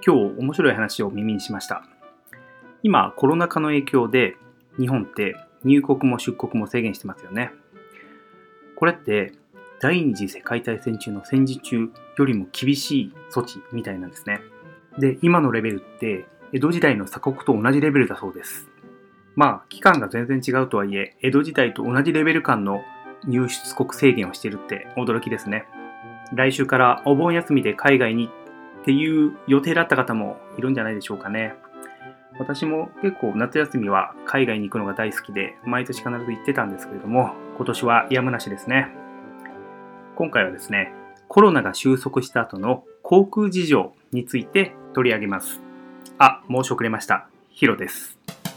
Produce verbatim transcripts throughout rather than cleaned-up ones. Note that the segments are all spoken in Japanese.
今日面白い話を耳にしました。今コロナ禍の影響で日本って入国も出国も制限してますよね。これって第二次世界大戦中の戦時中よりも厳しい措置みたいなんですね。で、今のレベルって江戸時代の鎖国と同じレベルだそうです。まあ期間が全然違うとはいえ、江戸時代と同じレベル間の入出国制限をしているって驚きですね。来週からお盆休みで海外にっていう予定だった方もいるんじゃないでしょうかね。私も結構夏休みは海外に行くのが大好きで毎年必ず行ってたんですけれども、今年はやむなしですね。今回はですね、コロナが収束した後の航空事情について取り上げます。あ、申し遅れました。ヒロです。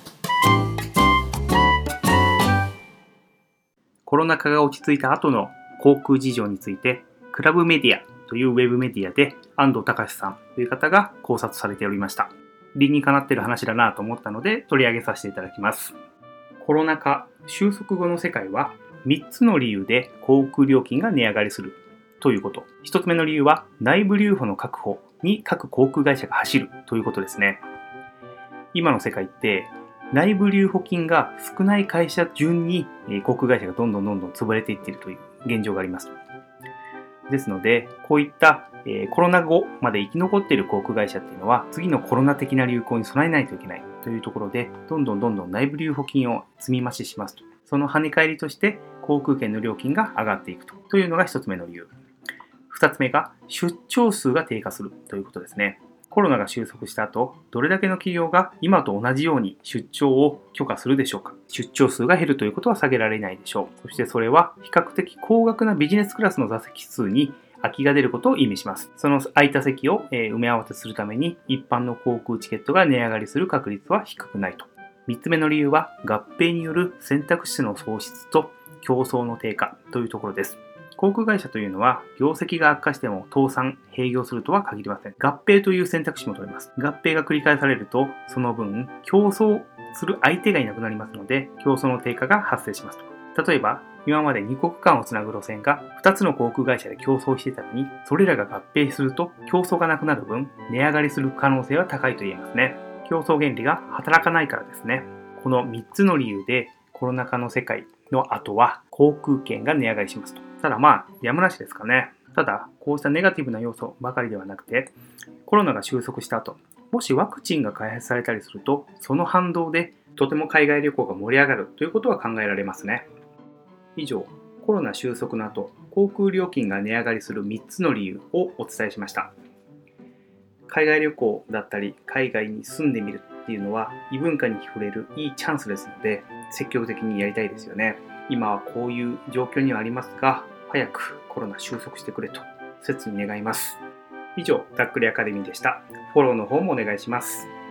コロナ禍が落ち着いた後の航空事情について、クラブメディアというウェブメディアで安藤隆さんという方が考察されておりました。理にかなっている話だなと思ったので取り上げさせていただきます。コロナ禍収束後の世界はみっつの理由で航空料金が値上がりするということ。ひとつめの理由は内部留保の確保に各航空会社が走るということですね。今の世界って内部留保金が少ない会社順に航空会社がどんどんどんどん潰れていっているという現状があります。ですので、こういった、えー、コロナ後まで生き残っている航空会社っていうのは、次のコロナ的な流行に備えないといけないというところで、どんどんどんどん内部留保金を積み増ししますと。その跳ね返りとして、航空券の料金が上がっていくと、というのが一つ目の理由。二つ目が、出張数が低下するということですね。コロナが収束した後、どれだけの企業が今と同じように出張を許可するでしょうか。出張数が減るということは避けられないでしょう。そしてそれは比較的高額なビジネスクラスの座席数に空きが出ることを意味します。その空いた席を埋め合わせするために一般の航空チケットが値上がりする確率は低くないと。三つ目の理由は合併による選択肢の創出と競争の低下というところです。航空会社というのは業績が悪化しても倒産、閉業するとは限りません。合併という選択肢も取れます。合併が繰り返されるとその分競争する相手がいなくなりますので競争の低下が発生しますと。例えば今まで二国間をつなぐ路線がふたつの航空会社で競争していたのにそれらが合併すると競争がなくなる分値上がりする可能性は高いと言えますね。競争原理が働かないからですね。このみっつの理由でコロナ禍の世界の後は航空券が値上がりしますと。ただまあやむなしですかね。ただこうしたネガティブな要素ばかりではなくて、コロナが収束した後、もしワクチンが開発されたりするとその反動でとても海外旅行が盛り上がるということは考えられますね。以上、コロナ収束の後航空料金が値上がりするみっつの理由をお伝えしました。海外旅行だったり海外に住んでみるっていうのは異文化に触れるいいチャンスですので積極的にやりたいですよね。今はこういう状況にはありますが、早くコロナ収束してくれと切に願います。以上、ざっくりアカデミーでした。フォローの方もお願いします。